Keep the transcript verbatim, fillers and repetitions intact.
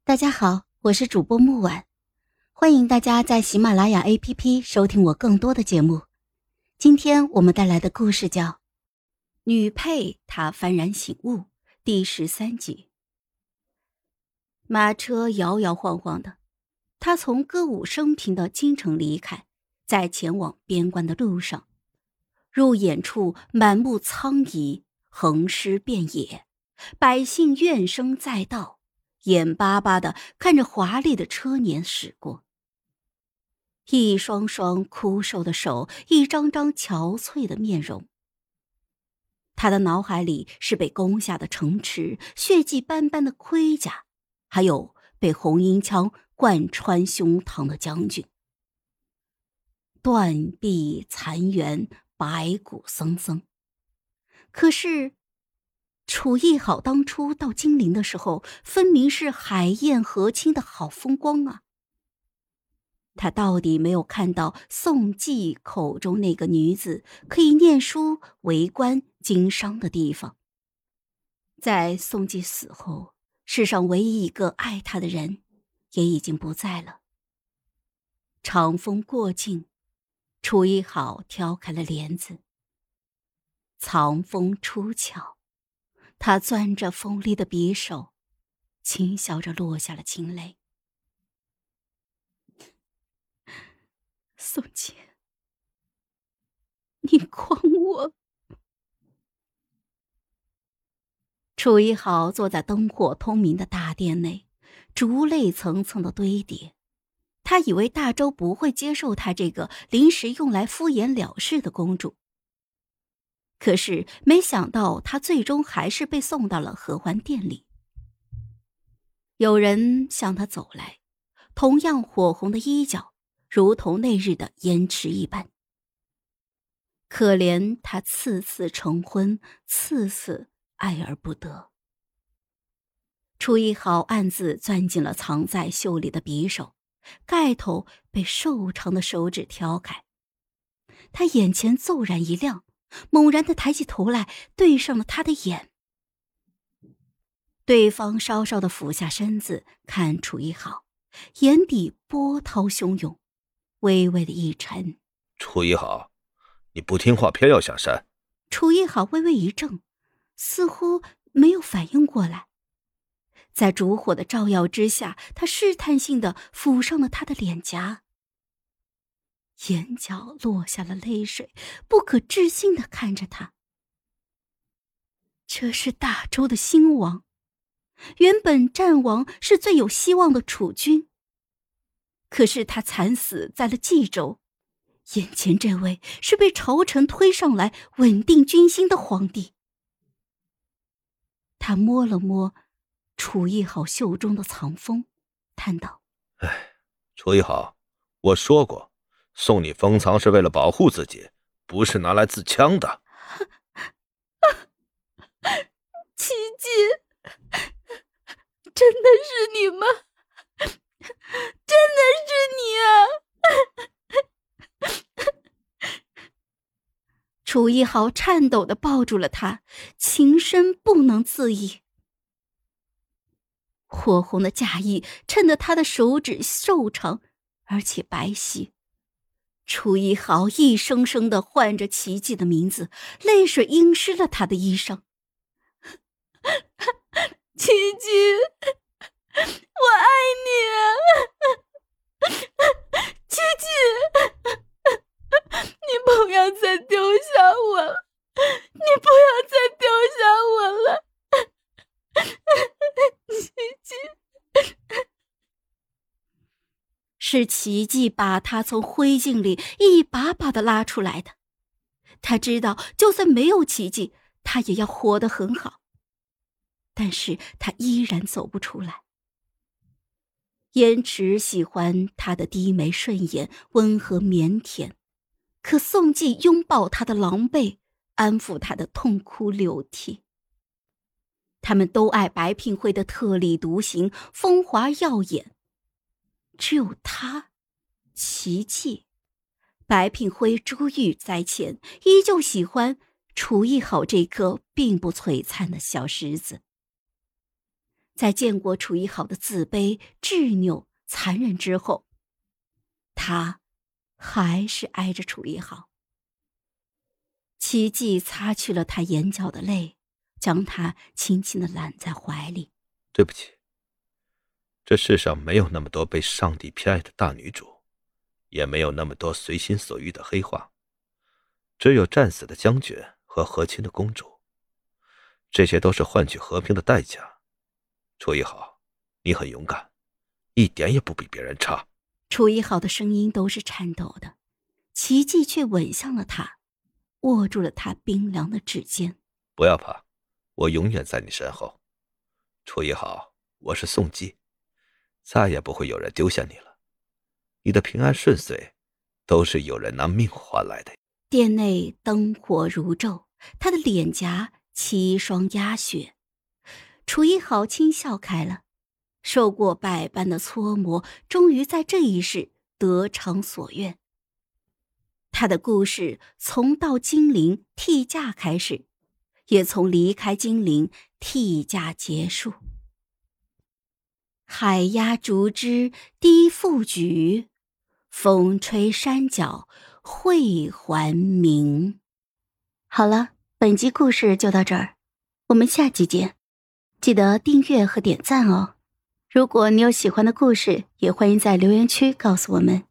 大家好，我是主播木婉，欢迎大家在喜马拉雅 A P P 收听我更多的节目。今天我们带来的故事叫《女配她幡然醒悟》第十三集。马车摇摇晃晃的，他从歌舞升平的京城离开，在前往边关的路上，入眼处满目苍夷，横尸遍野，百姓怨声载道，眼巴巴地看着华丽的车辇驶过，一双双枯瘦的手，一张张憔悴的面容。他的脑海里是被攻下的城池，血迹斑斑的盔甲，还有被红缨枪贯穿胸膛的将军。断壁残垣，白骨森森。可是楚义好当初到金陵的时候，分明是海晏河清的好风光啊。他到底没有看到宋季口中那个女子可以念书、为官、经商的地方。在宋季死后，世上唯一一个爱他的人也已经不在了。长风过境，楚义好挑开了帘子，藏风出鞘，他攥着锋利的匕首，轻笑着落下了清泪。宋姐，你诓我！楚一豪坐在灯火通明的大殿内，烛泪层层的堆叠。他以为大周不会接受他这个临时用来敷衍了事的公主，可是没想到他最终还是被送到了合欢殿里。有人向他走来，同样火红的衣角，如同那日的烟池一般。可怜他次次成婚，次次爱而不得。楚一豪暗自钻进了藏在袖里的匕首，盖头被瘦长的手指挑开。他眼前骤然一亮，猛然地抬起头来，对上了他的眼。对方稍稍地俯下身子看楚一豪，眼底波涛汹涌，微微的一沉。 楚一豪，你不听话偏要下山。 楚一豪微微一怔，似乎没有反应过来。在烛火的照耀之下，他试探性地抚上了他的脸颊，眼角落下了泪水，不可置信地看着他。这是大周的新王，原本战王是最有希望的楚军，可是他惨死在了冀州，眼前这位是被朝臣推上来稳定军心的皇帝。他摸了摸楚一豪袖中的藏锋，叹道： 哎，楚一豪，我说过，送你封藏是为了保护自己，不是拿来自枪的。 琪琪，真的是你吗？真的是你啊！楚一豪颤抖地抱住了他，情深不能自已。火红的嫁衣衬得他的手指瘦长而且白皙。楚一豪一声声地唤着奇迹的名字，泪水阴湿了他的衣裳。奇迹，我爱你啊！奇迹，你不要再丢下我了，你不要再丢下我了，奇迹。是奇迹把他从灰烬里一把把的拉出来的。他知道就算没有奇迹，他也要活得很好，但是他依然走不出来。燕池喜欢他的低眉顺眼，温和腼腆，可宋季拥抱他的狼狈，安抚他的痛哭流涕。他们都爱白聘辉的特立独行，风华耀眼，只有他，奇迹，白聘辉、朱玉在前，依旧喜欢楚一好这颗并不璀璨的小石子。 在见过楚一好的自卑、执拗、残忍之后，他还是爱着楚一好。奇迹擦去了他眼角的泪，将他轻轻地揽在怀里。 对不起，这世上没有那么多被上帝偏爱的大女主，也没有那么多随心所欲的黑化，只有战死的将军和和亲的公主，这些都是换取和平的代价。楚一好，你很勇敢，一点也不比别人差。 楚一好的声音都是颤抖的，奇迹却吻向了他，握住了他冰凉的指尖。 不要怕，我永远在你身后。楚一好，我是宋季，再也不会有人丢下你了。你的平安顺遂，都是有人拿命换来的。 殿内灯火如昼，他的脸颊七霜压雪。楚一好轻笑开了，受过百般的搓磨，终于在这一世得偿所愿。他的故事从到金陵替嫁开始，也从离开金陵替嫁结束。海压竹枝低复举，风吹山脚会还明。好了，本集故事就到这儿，我们下集见。记得订阅和点赞哦。如果你有喜欢的故事，也欢迎在留言区告诉我们。